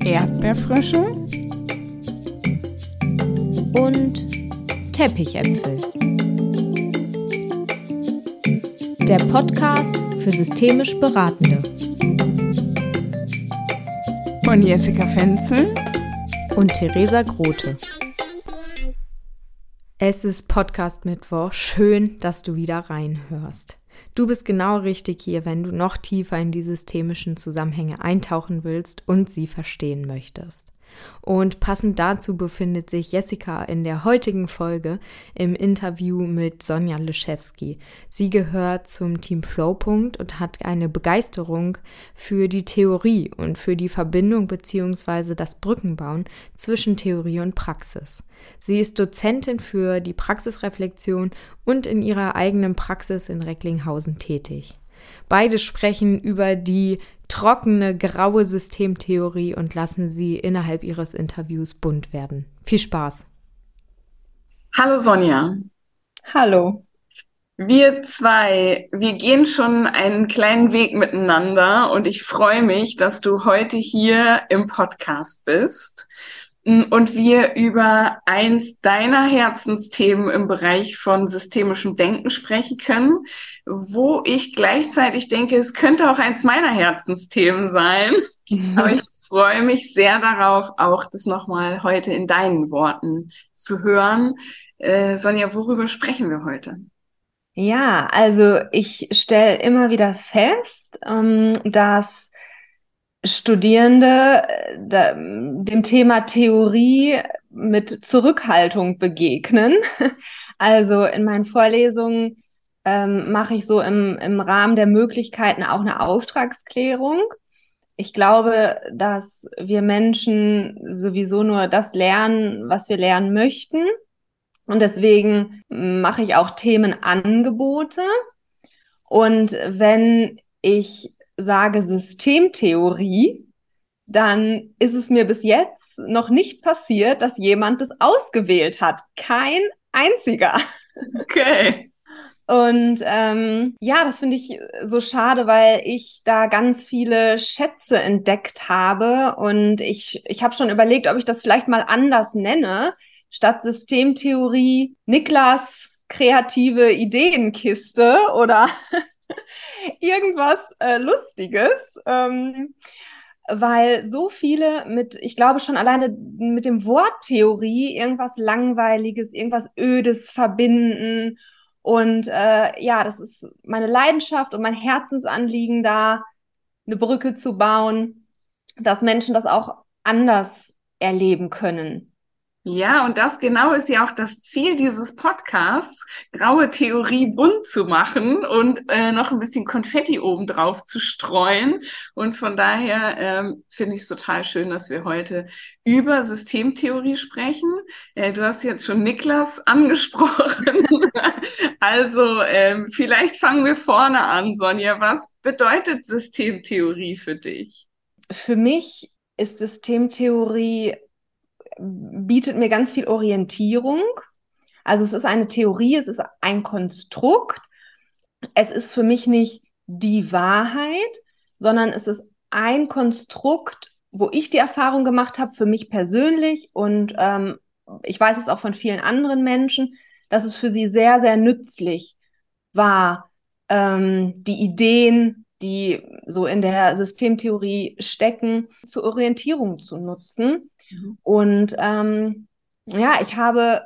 Erdbeerfrische und Teppichäpfel. Der Podcast für systemisch Beratende. von Jessica Fenzel Und Theresa Grote. Es ist Podcast-Mittwoch. Schön, dass du wieder reinhörst. Du bist genau richtig hier, wenn du noch tiefer in die systemischen Zusammenhänge eintauchen willst und sie verstehen möchtest. Und passend dazu befindet sich Jessica in der heutigen Folge im Interview mit Sonja Liszewski. Sie gehört zum Team Flowpunkt und hat eine Begeisterung für die Theorie und für die Verbindung bzw. das Brückenbauen zwischen Theorie und Praxis. Sie ist Dozentin für die Praxisreflexion und in ihrer eigenen Praxis in Recklinghausen tätig. Beide sprechen über die trockene, graue Systemtheorie und lassen sie innerhalb ihres Interviews bunt werden. Viel Spaß! Hallo Sonja. Hallo. Wir gehen schon einen kleinen Weg miteinander und ich freue mich, dass du heute hier im Podcast bist und wir über eins deiner Herzensthemen im Bereich von systemischem Denken sprechen können, wo ich gleichzeitig denke, es könnte auch eins meiner Herzensthemen sein. Aber ich freue mich sehr darauf, auch das nochmal heute in deinen Worten zu hören. Sonja, worüber sprechen wir heute? Ja, also ich stelle immer wieder fest, dass Studierende dem Thema Theorie mit Zurückhaltung begegnen. Also in meinen Vorlesungen mache ich so im Rahmen der Möglichkeiten auch eine Auftragsklärung. Ich glaube, dass wir Menschen sowieso nur das lernen, was wir lernen möchten. Und deswegen mache ich auch Themenangebote. Und wenn ich sage Systemtheorie, dann ist es mir bis jetzt noch nicht passiert, dass jemand das ausgewählt hat. Kein einziger. Okay. Und ja, das finde ich so schade, weil ich da ganz viele Schätze entdeckt habe. Und ich habe schon überlegt, ob ich das vielleicht mal anders nenne. Statt Systemtheorie, Niklas kreative Ideenkiste oder irgendwas Lustiges. Weil so viele ich glaube schon alleine mit dem Wort Theorie irgendwas Langweiliges, irgendwas Ödes verbinden. Und ja, das ist meine Leidenschaft und mein Herzensanliegen, da eine Brücke zu bauen, dass Menschen das auch anders erleben können. Ja, und das genau ist ja auch das Ziel dieses Podcasts, graue Theorie bunt zu machen und noch ein bisschen Konfetti obendrauf zu streuen. Und von daher finde ich es total schön, dass wir heute über Systemtheorie sprechen. Du hast jetzt schon Niklas angesprochen. Also vielleicht fangen wir vorne an, Sonja. Was bedeutet Systemtheorie für dich? Für mich ist Systemtheorie bietet mir ganz viel Orientierung. Also es ist eine Theorie, es ist ein Konstrukt. Es ist für mich nicht die Wahrheit, sondern es ist ein Konstrukt, wo ich die Erfahrung gemacht habe, für mich persönlich und ich weiß es auch von vielen anderen Menschen, dass es für sie sehr, sehr nützlich war, die Ideen, die so in der Systemtheorie stecken, zur Orientierung zu nutzen. Und ja, ich habe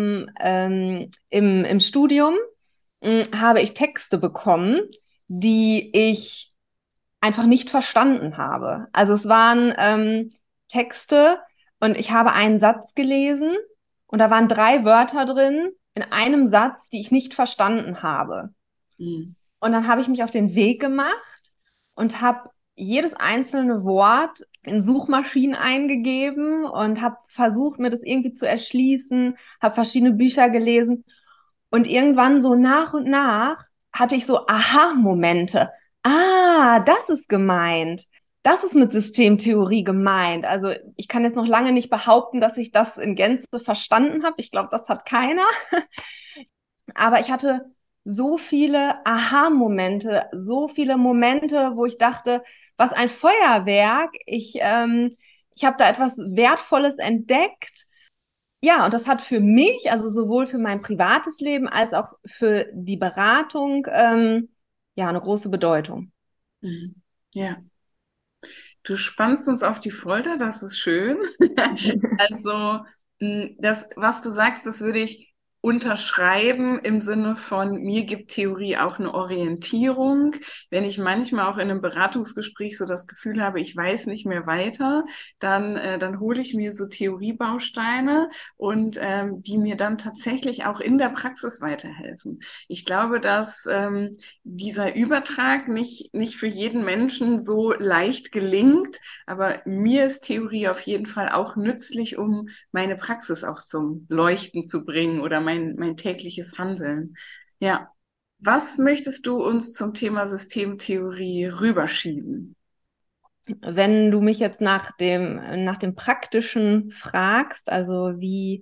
im Studium habe ich Texte bekommen, die ich einfach nicht verstanden habe. Also es waren Texte und ich habe einen Satz gelesen und da waren 3 Wörter drin in einem Satz, die ich nicht verstanden habe. Mhm. Und dann habe ich mich auf den Weg gemacht und habe jedes einzelne Wort in Suchmaschinen eingegeben und habe versucht, mir das irgendwie zu erschließen, habe verschiedene Bücher gelesen und irgendwann so nach und nach hatte ich so Aha-Momente. Ah, das ist gemeint. Das ist mit Systemtheorie gemeint. Also ich kann jetzt noch lange nicht behaupten, dass ich das in Gänze verstanden habe. Ich glaube, das hat keiner. Aber ich hatte so viele Aha-Momente, so viele Momente, wo ich dachte, was ein Feuerwerk. Ich ich habe da etwas Wertvolles entdeckt. Ja, und das hat für mich, also sowohl für mein privates Leben als auch für die Beratung, ja, eine große Bedeutung. Mhm. Ja. Du spannst uns auf die Folter, das ist schön. Also, das, was du sagst, das würde ich unterschreiben im Sinne von, mir gibt Theorie auch eine Orientierung. Wenn ich manchmal auch in einem Beratungsgespräch so das Gefühl habe, ich weiß nicht mehr weiter, dann hole ich mir so Theoriebausteine und die mir dann tatsächlich auch in der Praxis weiterhelfen. Ich glaube, dass dieser Übertrag nicht für jeden Menschen so leicht gelingt, aber mir ist Theorie auf jeden Fall auch nützlich, um meine Praxis auch zum Leuchten zu bringen oder mein tägliches Handeln. Ja. Was möchtest du uns zum Thema Systemtheorie rüberschieben? Wenn du mich jetzt nach dem Praktischen fragst, also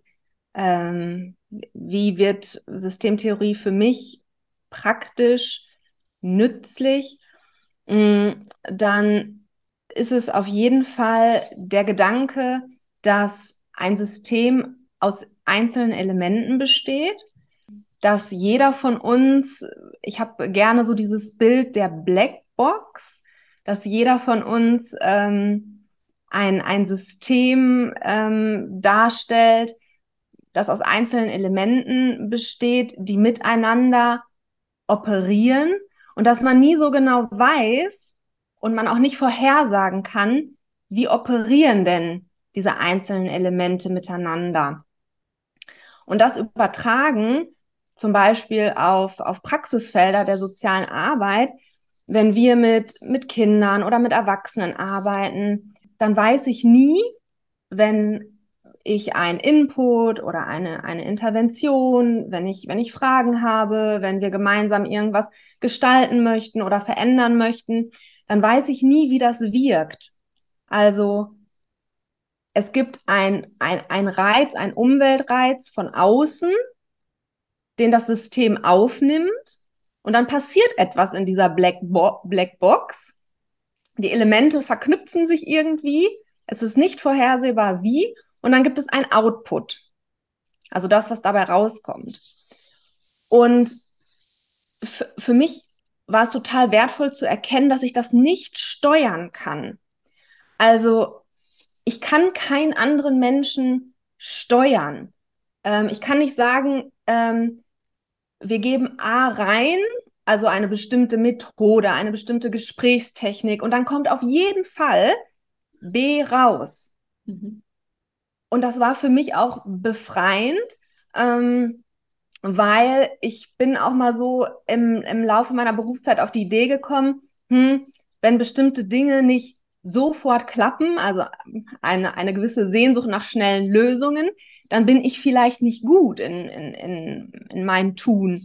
wie wird Systemtheorie für mich praktisch nützlich, dann ist es auf jeden Fall der Gedanke, dass ein System aus einzelnen Elementen besteht, dass jeder von uns, ich habe gerne so dieses Bild der Blackbox, dass jeder von uns ein System darstellt, das aus einzelnen Elementen besteht, die miteinander operieren und dass man nie so genau weiß und man auch nicht vorhersagen kann, wie operieren denn diese einzelnen Elemente miteinander. Und das übertragen zum Beispiel auf Praxisfelder der sozialen Arbeit, wenn wir mit Kindern oder mit Erwachsenen arbeiten, dann weiß ich nie, wenn ich einen Input oder eine Intervention, wenn ich Fragen habe, wenn wir gemeinsam irgendwas gestalten möchten oder verändern möchten, dann weiß ich nie, wie das wirkt. Also es gibt ein Reiz, ein Umweltreiz von außen, den das System aufnimmt und dann passiert etwas in dieser Blackbox. Die Elemente verknüpfen sich irgendwie, es ist nicht vorhersehbar wie und dann gibt es ein Output, also das, was dabei rauskommt. Und für mich war es total wertvoll zu erkennen, dass ich das nicht steuern kann. Also ich kann keinen anderen Menschen steuern. Ich kann nicht sagen, wir geben A rein, also eine bestimmte Methode, eine bestimmte Gesprächstechnik und dann kommt auf jeden Fall B raus. Mhm. Und das war für mich auch befreiend, ähm, weil ich bin auch mal so im Laufe meiner Berufszeit auf die Idee gekommen, wenn bestimmte Dinge nicht sofort klappen, also eine gewisse Sehnsucht nach schnellen Lösungen, dann bin ich vielleicht nicht gut in meinem Tun.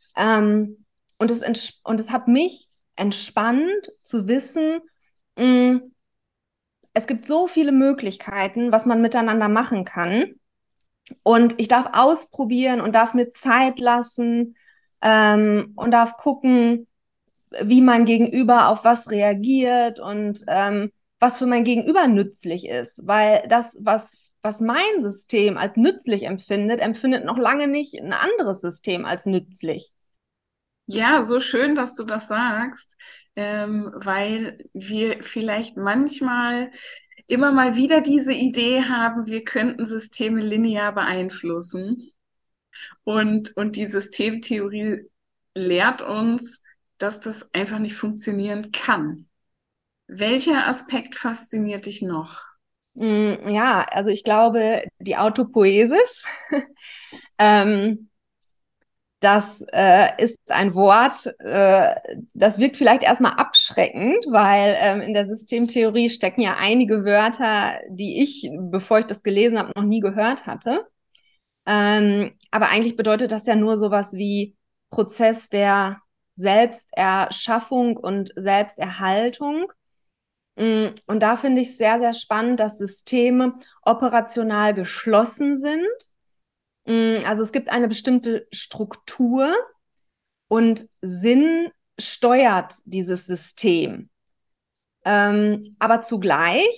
Und es hat mich entspannt zu wissen, mh, es gibt so viele Möglichkeiten, was man miteinander machen kann. Und ich darf ausprobieren und darf mir Zeit lassen und darf gucken, wie mein Gegenüber auf was reagiert und was für mein Gegenüber nützlich ist. Weil das, was mein System als nützlich empfindet, empfindet noch lange nicht ein anderes System als nützlich. Ja, so schön, dass du das sagst, weil wir vielleicht manchmal immer mal wieder diese Idee haben, wir könnten Systeme linear beeinflussen. Und die Systemtheorie lehrt uns, dass das einfach nicht funktionieren kann. Welcher Aspekt fasziniert dich noch? Ja, also ich glaube, die Autopoiesis, ähm, das ist ein Wort, das wirkt vielleicht erstmal abschreckend, weil in der Systemtheorie stecken ja einige Wörter, die ich, bevor ich das gelesen habe, noch nie gehört hatte. Aber eigentlich bedeutet das ja nur sowas wie Prozess der Selbsterschaffung und Selbsterhaltung. Und da finde ich es sehr, sehr spannend, dass Systeme operational geschlossen sind. Also es gibt eine bestimmte Struktur und Sinn steuert dieses System. Aber zugleich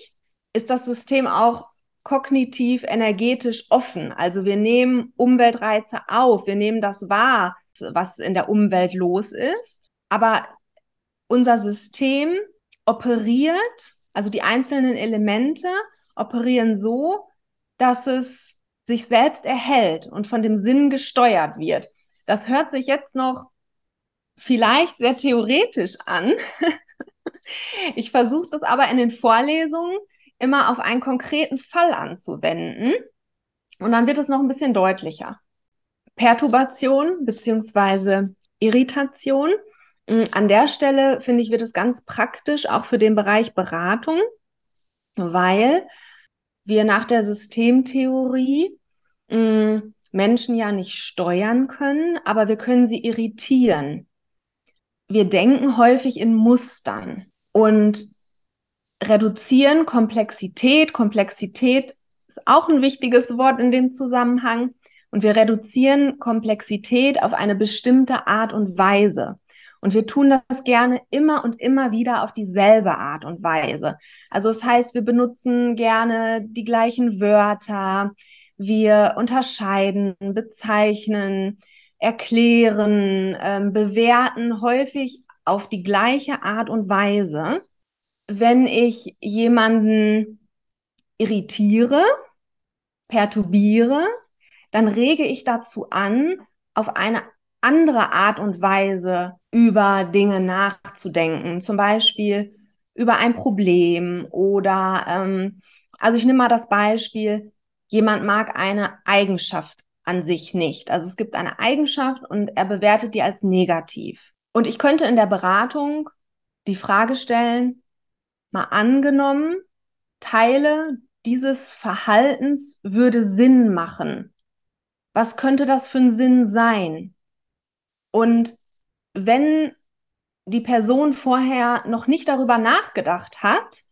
ist das System auch kognitiv, energetisch offen. Also wir nehmen Umweltreize auf, wir nehmen das wahr, was in der Umwelt los ist. Aber unser System operiert, also die einzelnen Elemente operieren so, dass es sich selbst erhält und von dem Sinn gesteuert wird. Das hört sich jetzt noch vielleicht sehr theoretisch an. Ich versuche das aber in den Vorlesungen immer auf einen konkreten Fall anzuwenden und dann wird es noch ein bisschen deutlicher. Perturbation beziehungsweise Irritation. An der Stelle, finde ich, wird es ganz praktisch auch für den Bereich Beratung, weil wir nach der Systemtheorie Menschen ja nicht steuern können, aber wir können sie irritieren. Wir denken häufig in Mustern und reduzieren Komplexität. Komplexität ist auch ein wichtiges Wort in dem Zusammenhang. Und wir reduzieren Komplexität auf eine bestimmte Art und Weise. Und wir tun das gerne immer und immer wieder auf dieselbe Art und Weise. Also das heißt, wir benutzen gerne die gleichen Wörter, wir unterscheiden, bezeichnen, erklären, bewerten häufig auf die gleiche Art und Weise. Wenn ich jemanden irritiere, perturbiere, dann rege ich dazu an, auf eine andere Art und Weise über Dinge nachzudenken. Zum Beispiel über ein Problem oder, also ich nehme mal das Beispiel, jemand mag eine Eigenschaft an sich nicht. Also es gibt eine Eigenschaft und er bewertet die als negativ. Und ich könnte in der Beratung die Frage stellen, mal angenommen, Teile dieses Verhaltens würde Sinn machen. Was könnte das für ein Sinn sein? Und wenn die Person vorher noch nicht darüber nachgedacht hat,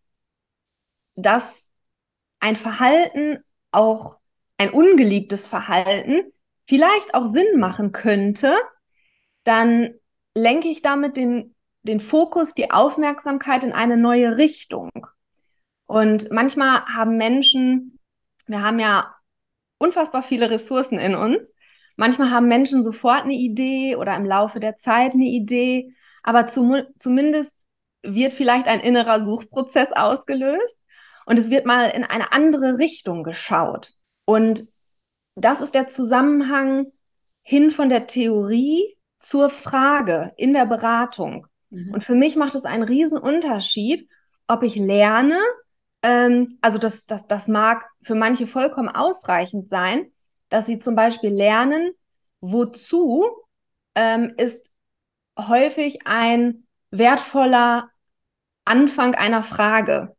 dass ein Verhalten, auch ein ungeliebtes Verhalten, vielleicht auch Sinn machen könnte, dann lenke ich damit den Fokus, die Aufmerksamkeit in eine neue Richtung. Und manchmal haben Menschen, wir haben ja unfassbar viele Ressourcen in uns. Manchmal haben Menschen sofort eine Idee oder im Laufe der Zeit eine Idee, aber zumindest wird vielleicht ein innerer Suchprozess ausgelöst und es wird mal in eine andere Richtung geschaut. Und das ist der Zusammenhang hin von der Theorie zur Frage in der Beratung. Und für mich macht es einen riesen Unterschied, ob ich lerne, also das mag für manche vollkommen ausreichend sein, dass sie zum Beispiel lernen, wozu ist häufig ein wertvoller Anfang einer Frage.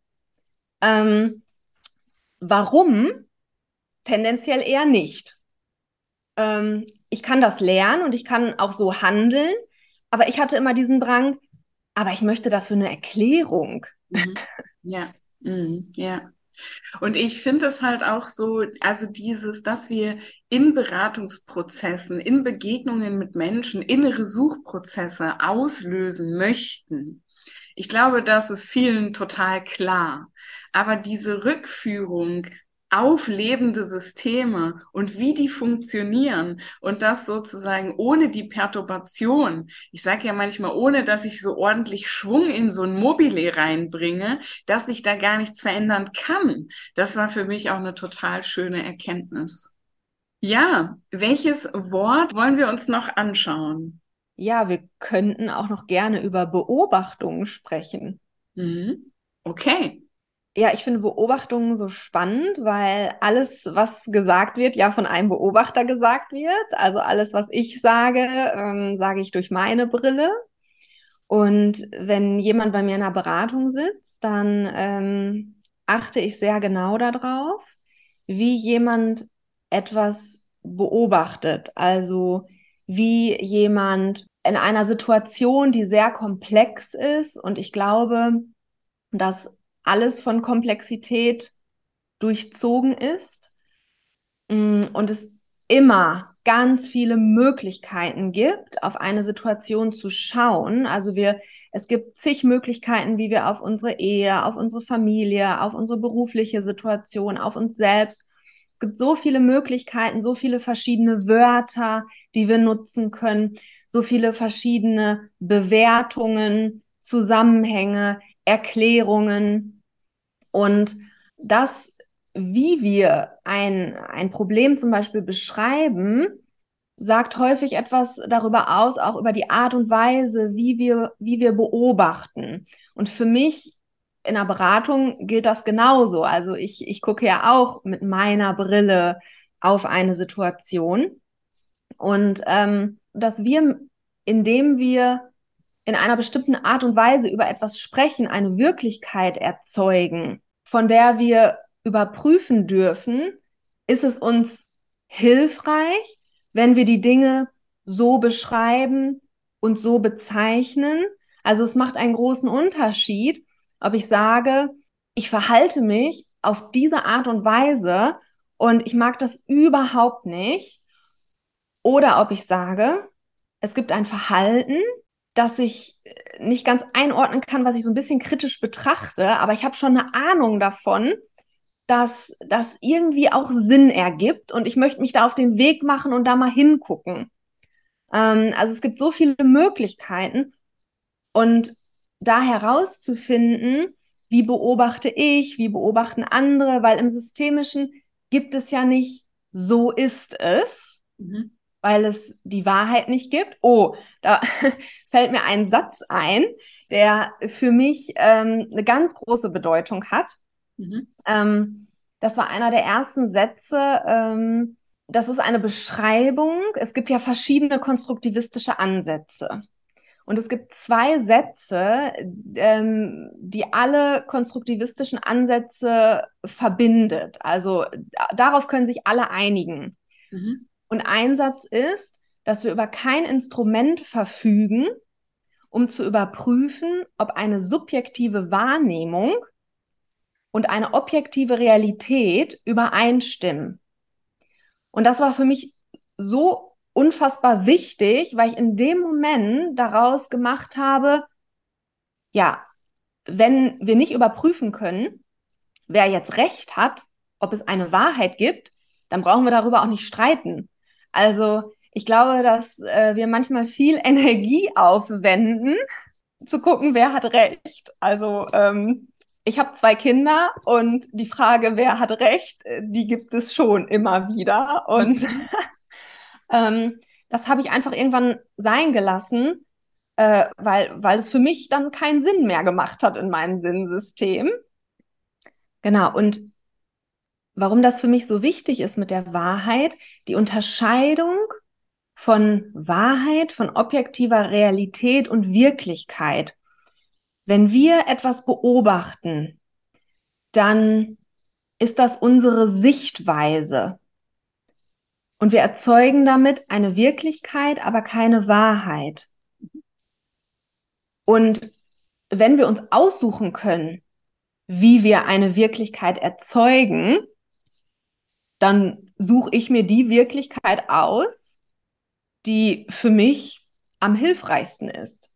Warum? Tendenziell eher nicht. Ich kann das lernen und ich kann auch so handeln, aber ich hatte immer diesen Drang, aber ich möchte dafür eine Erklärung. Ja, ja. Und ich finde es halt auch so, also dass wir in Beratungsprozessen, in Begegnungen mit Menschen, innere Suchprozesse auslösen möchten. Ich glaube, das ist vielen total klar. Aber diese Rückführung auf lebende Systeme und wie die funktionieren und das sozusagen ohne die Perturbation, ich sage ja manchmal, ohne dass ich so ordentlich Schwung in so ein Mobile reinbringe, dass ich da gar nichts verändern kann. Das war für mich auch eine total schöne Erkenntnis. Ja, welches Wort wollen wir uns noch anschauen? Ja, wir könnten auch noch gerne über Beobachtungen sprechen. Okay. Ja, ich finde Beobachtungen so spannend, weil alles, was gesagt wird, ja von einem Beobachter gesagt wird. Also alles, was ich sage, sage ich durch meine Brille. Und wenn jemand bei mir in einer Beratung sitzt, dann achte ich sehr genau darauf, wie jemand etwas beobachtet. Also wie jemand in einer Situation, die sehr komplex ist. Und ich glaube, dass alles von Komplexität durchzogen ist und es immer ganz viele Möglichkeiten gibt, auf eine Situation zu schauen. Also es gibt zig Möglichkeiten, wie wir auf unsere Ehe, auf unsere Familie, auf unsere berufliche Situation, auf uns selbst. Es gibt so viele Möglichkeiten, so viele verschiedene Wörter, die wir nutzen können, so viele verschiedene Bewertungen, Zusammenhänge, Erklärungen. Und das, wie wir ein Problem zum Beispiel beschreiben, sagt häufig etwas darüber aus, auch über die Art und Weise, wie wir beobachten. Und für mich in der Beratung gilt das genauso. Also ich gucke ja auch mit meiner Brille auf eine Situation. Und dass wir, indem wir in einer bestimmten Art und Weise über etwas sprechen, eine Wirklichkeit erzeugen, von der wir überprüfen dürfen, ist es uns hilfreich, wenn wir die Dinge so beschreiben und so bezeichnen. Also es macht einen großen Unterschied, ob ich sage, ich verhalte mich auf diese Art und Weise und ich mag das überhaupt nicht, oder ob ich sage, es gibt ein Verhalten, das ich nicht ganz einordnen kann, was ich so ein bisschen kritisch betrachte, aber ich habe schon eine Ahnung davon, dass das irgendwie auch Sinn ergibt und ich möchte mich da auf den Weg machen und da mal hingucken. Also es gibt so viele Möglichkeiten und da herauszufinden, wie beobachte ich, wie beobachten andere, weil im Systemischen gibt es ja nicht, so ist es, weil es die Wahrheit nicht gibt. Oh, da fällt mir ein Satz ein, der für mich eine ganz große Bedeutung hat. Das war einer der ersten Sätze. Das ist eine Beschreibung. Es gibt ja verschiedene konstruktivistische Ansätze. Und es gibt zwei Sätze, die alle konstruktivistischen Ansätze verbindet. Also darauf können sich alle einigen. Und ein Satz ist, dass wir über kein Instrument verfügen, um zu überprüfen, ob eine subjektive Wahrnehmung und eine objektive Realität übereinstimmen. Und das war für mich so unfassbar wichtig, weil ich in dem Moment daraus gemacht habe, ja, wenn wir nicht überprüfen können, wer jetzt recht hat, ob es eine Wahrheit gibt, dann brauchen wir darüber auch nicht streiten. Also ich glaube, dass wir manchmal viel Energie aufwenden, zu gucken, wer hat recht. Also ich habe zwei Kinder und die Frage, wer hat recht, die gibt es schon immer wieder. Und das habe ich einfach irgendwann sein gelassen, weil es für mich dann keinen Sinn mehr gemacht hat in meinem Sinnsystem. Genau, und warum das für mich so wichtig ist mit der Wahrheit, die Unterscheidung von Wahrheit, von objektiver Realität und Wirklichkeit. Wenn wir etwas beobachten, dann ist das unsere Sichtweise. Und wir erzeugen damit eine Wirklichkeit, aber keine Wahrheit. Und wenn wir uns aussuchen können, wie wir eine Wirklichkeit erzeugen, dann suche ich mir die Wirklichkeit aus, die für mich am hilfreichsten ist.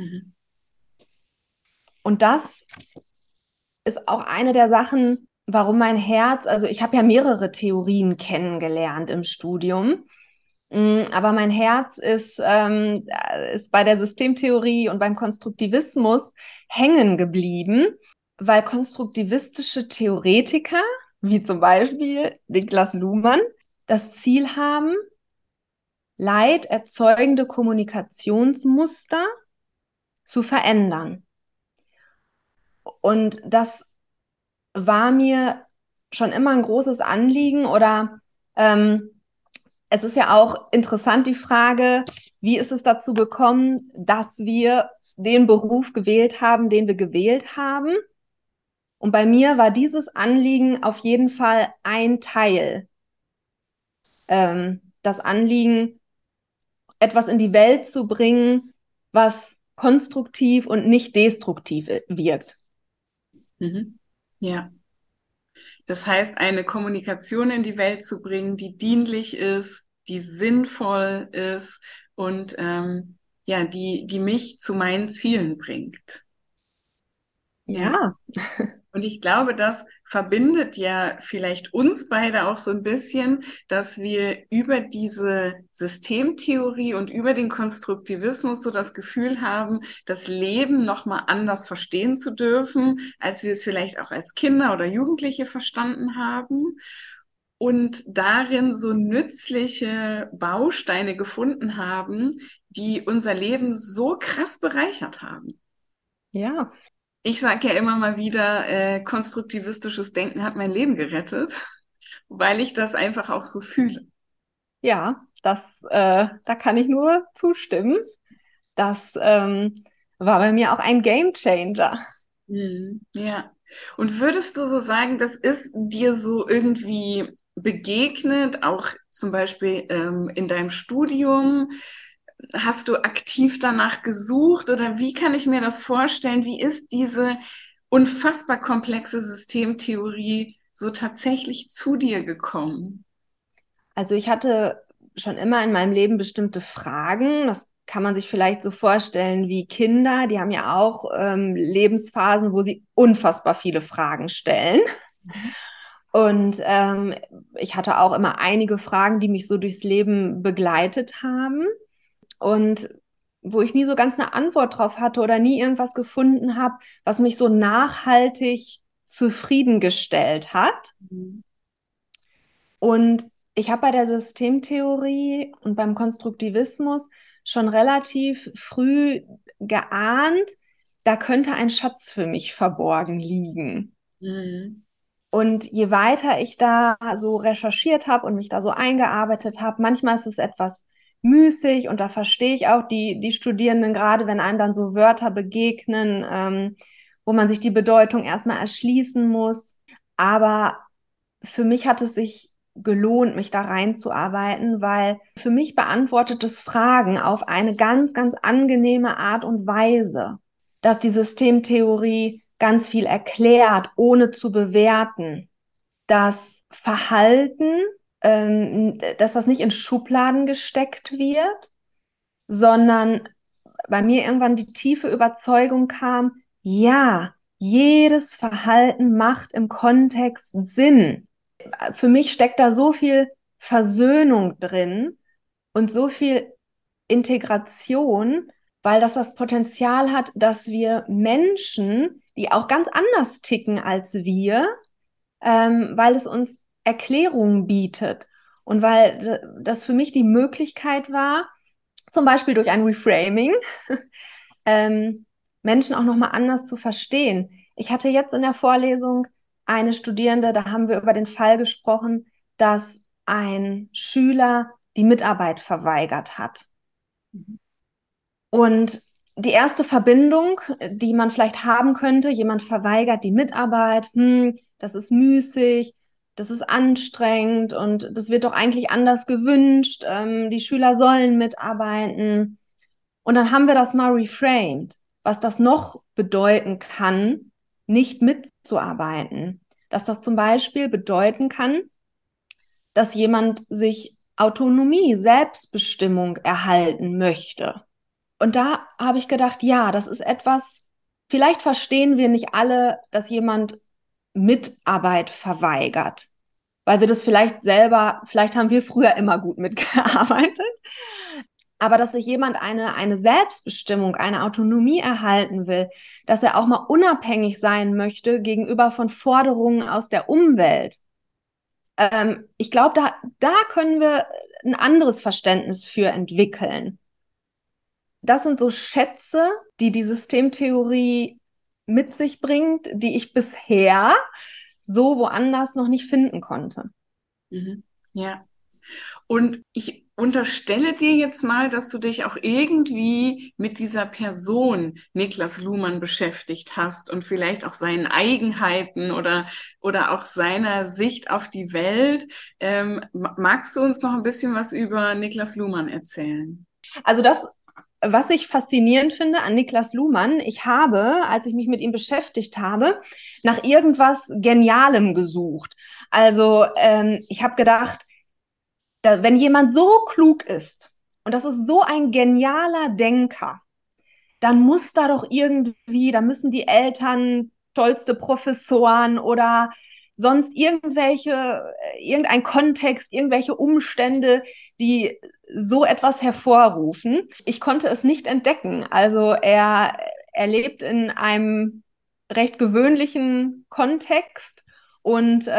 Und das ist auch eine der Sachen, warum mein Herz, also ich habe ja mehrere Theorien kennengelernt im Studium, aber mein Herz ist bei der Systemtheorie und beim Konstruktivismus hängen geblieben, weil konstruktivistische Theoretiker, wie zum Beispiel Niklas Luhmann, das Ziel haben, leiderzeugende Kommunikationsmuster zu verändern. Und das war mir schon immer ein großes Anliegen oder es ist ja auch interessant die Frage, wie ist es dazu gekommen, dass wir den Beruf gewählt haben, den wir gewählt haben? Und bei mir war dieses Anliegen auf jeden Fall ein Teil. Das Anliegen, etwas in die Welt zu bringen, was konstruktiv und nicht destruktiv wirkt. Ja. Das heißt, eine Kommunikation in die Welt zu bringen, die dienlich ist, die sinnvoll ist und ja, die mich zu meinen Zielen bringt. Ja. Ja, Und ich glaube, das verbindet ja vielleicht uns beide auch so ein bisschen, dass wir über diese Systemtheorie und über den Konstruktivismus so das Gefühl haben, das Leben nochmal anders verstehen zu dürfen, als wir es vielleicht auch als Kinder oder Jugendliche verstanden haben. Und darin so nützliche Bausteine gefunden haben, die unser Leben so krass bereichert haben. ja, Ich sage ja immer mal wieder, konstruktivistisches Denken hat mein Leben gerettet, weil ich das einfach auch so fühle. ja, da kann ich nur zustimmen. Das war bei mir auch ein Gamechanger. Ja. Und würdest du so sagen, das ist dir so irgendwie begegnet, auch zum Beispiel in deinem Studium? Hast du aktiv danach gesucht oder wie kann ich mir das vorstellen? Wie ist diese unfassbar komplexe Systemtheorie so tatsächlich zu dir gekommen? Also ich hatte schon immer in meinem Leben bestimmte Fragen. Das kann man sich vielleicht so vorstellen wie Kinder. Die haben ja auch Lebensphasen, wo sie unfassbar viele Fragen stellen. Und ich hatte auch immer einige Fragen, die mich so durchs Leben begleitet haben und wo ich nie so ganz eine Antwort drauf hatte oder nie irgendwas gefunden habe, was mich so nachhaltig zufriedengestellt hat. Mhm. Und ich habe bei der Systemtheorie und beim Konstruktivismus schon relativ früh geahnt, da könnte ein Schatz für mich verborgen liegen. Mhm. Und je weiter ich da so recherchiert habe und mich da so eingearbeitet habe, manchmal ist es etwas müßig und da verstehe ich auch die Studierenden, gerade wenn einem dann so Wörter begegnen, wo man sich die Bedeutung erstmal erschließen muss. Aber für mich hat es sich gelohnt, mich da reinzuarbeiten, weil für mich beantwortet es Fragen auf eine ganz, ganz angenehme Art und Weise, dass die Systemtheorie ganz viel erklärt, ohne zu bewerten, dass Verhalten, dass das nicht in Schubladen gesteckt wird, sondern bei mir irgendwann die tiefe Überzeugung kam, ja, jedes Verhalten macht im Kontext Sinn. Für mich steckt da so viel Versöhnung drin und so viel Integration, weil das Potenzial hat, dass wir Menschen, die auch ganz anders ticken als wir, weil es uns Erklärungen bietet und weil das für mich die Möglichkeit war, zum Beispiel durch ein Reframing, ähm, Menschen auch nochmal anders zu verstehen. Ich hatte jetzt in der Vorlesung eine Studierende, da haben wir über den Fall gesprochen, dass ein Schüler die Mitarbeit verweigert hat. Und die erste Verbindung, die man vielleicht haben könnte, jemand verweigert die Mitarbeit, das ist müßig, das ist anstrengend und das wird doch eigentlich anders gewünscht, die Schüler sollen mitarbeiten. Und dann haben wir das mal reframed, was das noch bedeuten kann, nicht mitzuarbeiten. Dass das zum Beispiel bedeuten kann, dass jemand sich Autonomie, Selbstbestimmung erhalten möchte. Und da habe ich gedacht, ja, das ist etwas, vielleicht verstehen wir nicht alle, dass jemand Mitarbeit verweigert, weil wir das vielleicht selber, vielleicht haben wir früher immer gut mitgearbeitet, aber dass sich jemand eine Selbstbestimmung, eine Autonomie erhalten will, dass er auch mal unabhängig sein möchte gegenüber von Forderungen aus der Umwelt. Ich glaube, da können wir ein anderes Verständnis für entwickeln. Das sind so Schätze, die Systemtheorie mit sich bringt, die ich bisher so woanders noch nicht finden konnte. Mhm. Ja. Und ich unterstelle dir jetzt mal, dass du dich auch irgendwie mit dieser Person Niklas Luhmann beschäftigt hast und vielleicht auch seinen Eigenheiten oder auch seiner Sicht auf die Welt. Magst du uns noch ein bisschen was über Niklas Luhmann erzählen? Also was ich faszinierend finde an Niklas Luhmann, ich habe, als ich mich mit ihm beschäftigt habe, nach irgendwas Genialem gesucht. Also ich habe gedacht, wenn jemand so klug ist und das ist so ein genialer Denker, dann muss da doch irgendwie, da müssen die Eltern tollste Professoren oder sonst irgendein Kontext, irgendwelche Umstände, die so etwas hervorrufen. Ich konnte es nicht entdecken. Also er lebt in einem recht gewöhnlichen Kontext und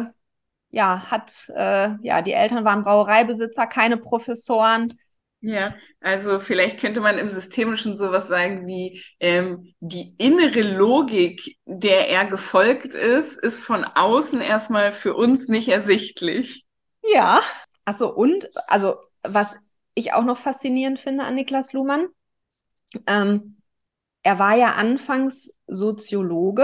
die Eltern waren Brauereibesitzer, keine Professoren. Ja, also vielleicht könnte man im Systemischen sowas sagen wie die innere Logik, der er gefolgt ist von außen erstmal für uns nicht ersichtlich. Ja, also was ich auch noch faszinierend finde an Niklas Luhmann, er war ja anfangs Soziologe,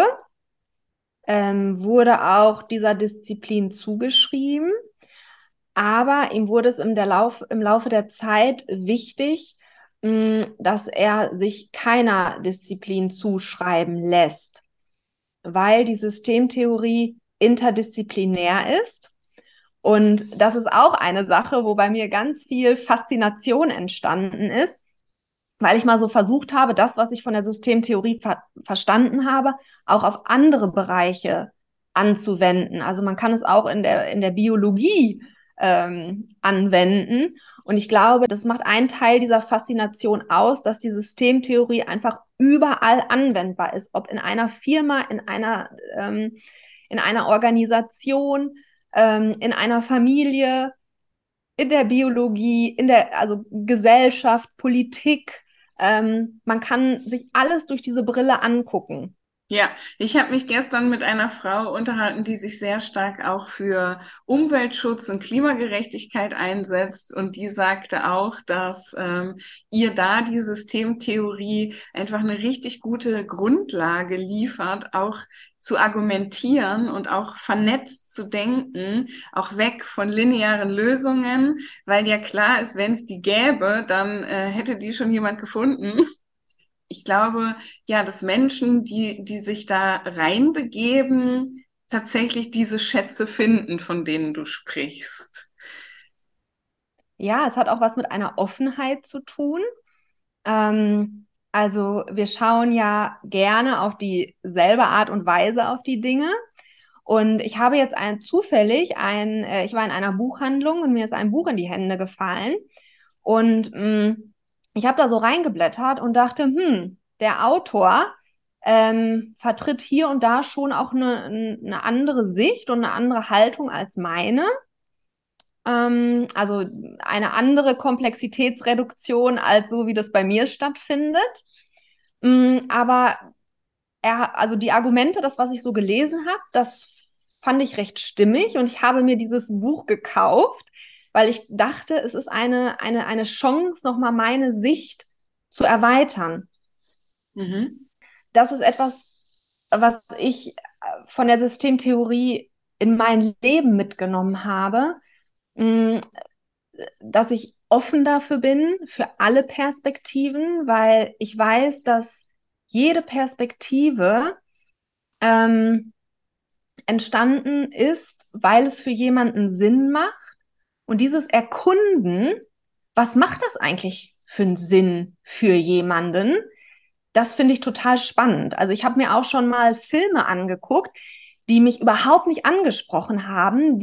wurde auch dieser Disziplin zugeschrieben, aber ihm wurde es im Laufe der Zeit wichtig, dass er sich keiner Disziplin zuschreiben lässt, weil die Systemtheorie interdisziplinär ist. Und das ist auch eine Sache, wo bei mir ganz viel Faszination entstanden ist, weil ich mal so versucht habe, das, was ich von der Systemtheorie verstanden habe, auch auf andere Bereiche anzuwenden. Also man kann es auch in der Biologie anwenden. Und ich glaube, das macht einen Teil dieser Faszination aus, dass die Systemtheorie einfach überall anwendbar ist, ob in einer Firma, in einer Organisation, in einer Familie, in der Biologie, also Gesellschaft, Politik. Man kann sich alles durch diese Brille angucken. Ja, ich habe mich gestern mit einer Frau unterhalten, die sich sehr stark auch für Umweltschutz und Klimagerechtigkeit einsetzt. Und die sagte auch, dass ihr da die Systemtheorie einfach eine richtig gute Grundlage liefert, auch zu argumentieren und auch vernetzt zu denken, auch weg von linearen Lösungen, weil ja klar ist, wenn es die gäbe, dann hätte die schon jemand gefunden. Ich glaube, ja, dass Menschen, die sich da reinbegeben, tatsächlich diese Schätze finden, von denen du sprichst. Ja, es hat auch was mit einer Offenheit zu tun. Also wir schauen ja gerne auf dieselbe Art und Weise auf die Dinge. Und ich habe jetzt ich war in einer Buchhandlung und mir ist ein Buch in die Hände gefallen. Und ich habe da so reingeblättert und dachte, der Autor vertritt hier und da schon auch eine andere Sicht und eine andere Haltung als meine. Also eine andere Komplexitätsreduktion als so, wie das bei mir stattfindet. Aber also die Argumente, das, was ich so gelesen habe, das fand ich recht stimmig und ich habe mir dieses Buch gekauft, weil ich dachte, es ist eine Chance, nochmal meine Sicht zu erweitern. Mhm. Das ist etwas, was ich von der Systemtheorie in mein Leben mitgenommen habe, mh, dass ich offen dafür bin, für alle Perspektiven, weil ich weiß, dass jede Perspektive ähm, entstanden ist, weil es für jemanden Sinn macht. Und dieses Erkunden, was macht das eigentlich für einen Sinn für jemanden? Das finde ich total spannend. Also ich habe mir auch schon mal Filme angeguckt, die mich überhaupt nicht angesprochen haben,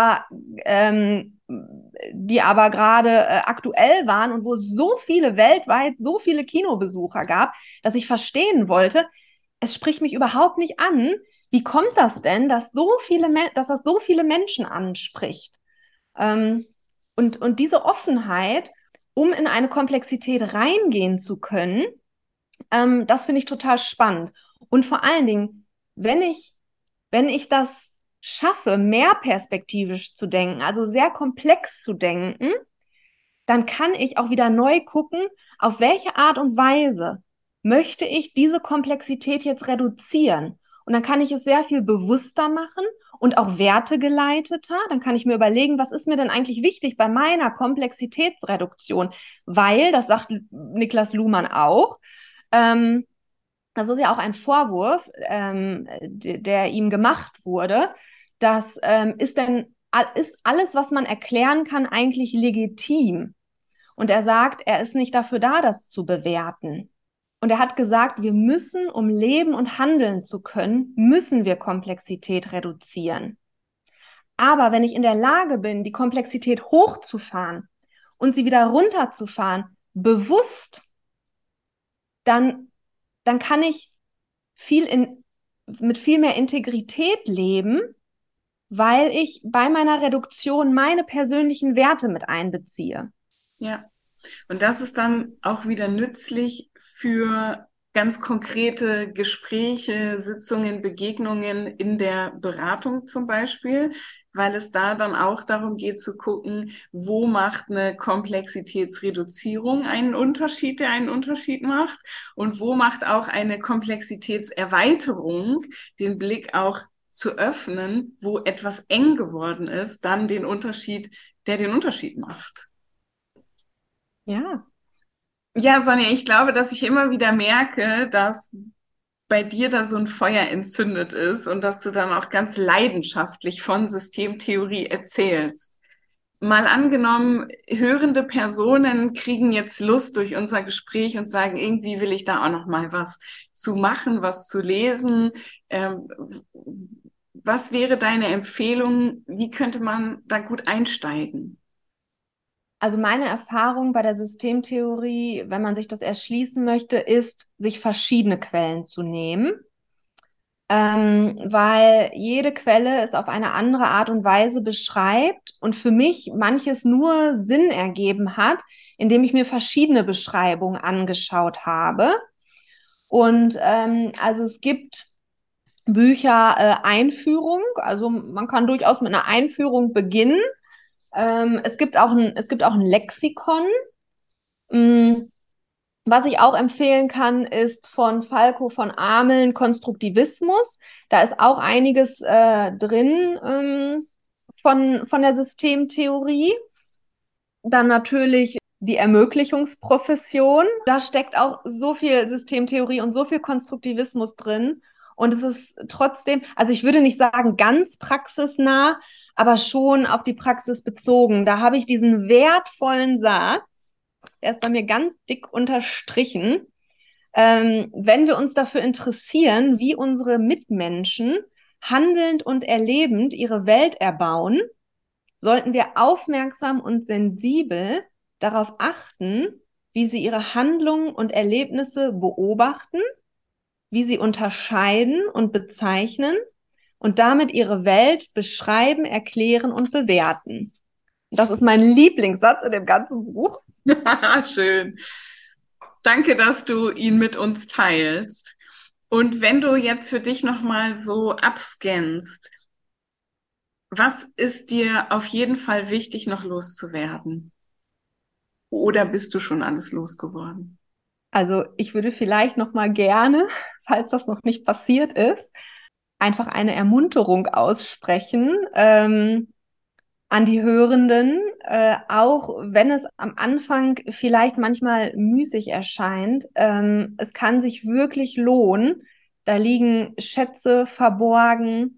die aber gerade aktuell waren und wo es so viele weltweit, so viele Kinobesucher gab, dass ich verstehen wollte, es spricht mich überhaupt nicht an. Wie kommt das denn, dass das so viele Menschen anspricht? Ähm, und diese Offenheit, um in eine Komplexität reingehen zu können, das finde ich total spannend. Und vor allen Dingen, wenn ich das schaffe, mehr perspektivisch zu denken, also sehr komplex zu denken, dann kann ich auch wieder neu gucken, auf welche Art und Weise möchte ich diese Komplexität jetzt reduzieren. Und dann kann ich es sehr viel bewusster machen und auch wertegeleiteter. Dann kann ich mir überlegen, was ist mir denn eigentlich wichtig bei meiner Komplexitätsreduktion? Weil, das sagt Niklas Luhmann auch, ähm, das ist ja auch ein Vorwurf, der ihm gemacht wurde, dass ist denn ist alles, was man erklären kann, eigentlich legitim. Und er sagt, er ist nicht dafür da, das zu bewerten. Und er hat gesagt, wir müssen, um leben und handeln zu können, müssen wir Komplexität reduzieren. Aber wenn ich in der Lage bin, die Komplexität hochzufahren und sie wieder runterzufahren, bewusst, dann kann ich mit viel mehr Integrität leben, weil ich bei meiner Reduktion meine persönlichen Werte mit einbeziehe. Ja. Und das ist dann auch wieder nützlich für ganz konkrete Gespräche, Sitzungen, Begegnungen in der Beratung zum Beispiel, weil es da dann auch darum geht zu gucken, wo macht eine Komplexitätsreduzierung einen Unterschied, der einen Unterschied macht, und wo macht auch eine Komplexitätserweiterung, den Blick auch zu öffnen, wo etwas eng geworden ist, dann den Unterschied, der den Unterschied macht. Ja. Ja, Sonja, ich glaube, dass ich immer wieder merke, dass bei dir da so ein Feuer entzündet ist und dass du dann auch ganz leidenschaftlich von Systemtheorie erzählst. Mal angenommen, hörende Personen kriegen jetzt Lust durch unser Gespräch und sagen, irgendwie will ich da auch noch mal was zu machen, was zu lesen. Was wäre deine Empfehlung? Wie könnte man da gut einsteigen? Also meine Erfahrung bei der Systemtheorie, wenn man sich das erschließen möchte, ist, sich verschiedene Quellen zu nehmen, weil jede Quelle es auf eine andere Art und Weise beschreibt und für mich manches nur Sinn ergeben hat, indem ich mir verschiedene Beschreibungen angeschaut habe. Und also es gibt Bücher Einführung, also man kann durchaus mit einer Einführung beginnen. Es gibt auch ein Lexikon. Was ich auch empfehlen kann, ist von Falco von Ameln Konstruktivismus. Da ist auch einiges drin von der Systemtheorie. Dann natürlich die Ermöglichungsprofession. Da steckt auch so viel Systemtheorie und so viel Konstruktivismus drin. Und es ist trotzdem, also ich würde nicht sagen ganz praxisnah, aber schon auf die Praxis bezogen. Da habe ich diesen wertvollen Satz, der ist bei mir ganz dick unterstrichen. Wenn wir uns dafür interessieren, wie unsere Mitmenschen handelnd und erlebend ihre Welt erbauen, sollten wir aufmerksam und sensibel darauf achten, wie sie ihre Handlungen und Erlebnisse beobachten, wie sie unterscheiden und bezeichnen und damit ihre Welt beschreiben, erklären und bewerten. Das ist mein Lieblingssatz in dem ganzen Buch. Schön. Danke, dass du ihn mit uns teilst. Und wenn du jetzt für dich nochmal so abscannst, was ist dir auf jeden Fall wichtig, noch loszuwerden? Oder bist du schon alles losgeworden? Also ich würde vielleicht noch mal gerne, falls das noch nicht passiert ist, einfach eine Ermunterung aussprechen an die Hörenden, auch wenn es am Anfang vielleicht manchmal müßig erscheint. Es kann sich wirklich lohnen. Da liegen Schätze verborgen,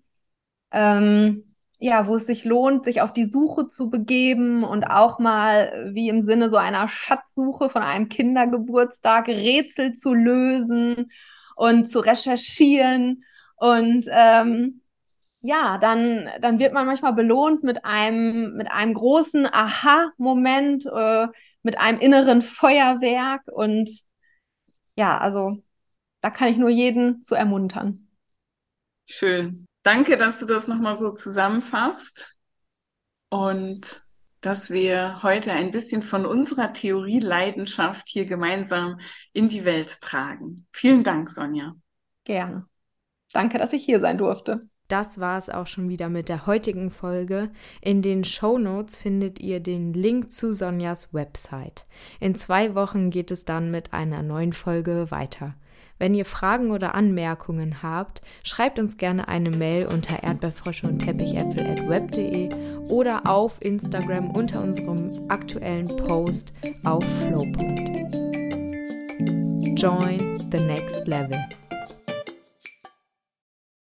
ja, wo es sich lohnt, sich auf die Suche zu begeben und auch mal wie im Sinne so einer Schatzsuche von einem Kindergeburtstag Rätsel zu lösen und zu recherchieren. Und ja, dann wird man manchmal belohnt mit einem großen Aha-Moment, mit einem inneren Feuerwerk. Und ja, also da kann ich nur jeden zu ermuntern. Schön. Danke, dass du das nochmal so zusammenfasst und dass wir heute ein bisschen von unserer Theorieleidenschaft hier gemeinsam in die Welt tragen. Vielen Dank, Sonja. Gerne. Danke, dass ich hier sein durfte. Das war es auch schon wieder mit der heutigen Folge. In den Shownotes findet ihr den Link zu Sonjas Website. In 2 Wochen geht es dann mit einer neuen Folge weiter. Wenn ihr Fragen oder Anmerkungen habt, schreibt uns gerne eine Mail unter erdbeerfrösche und teppichäpfel@web.de oder auf Instagram unter unserem aktuellen Post auf flow. Join the next level.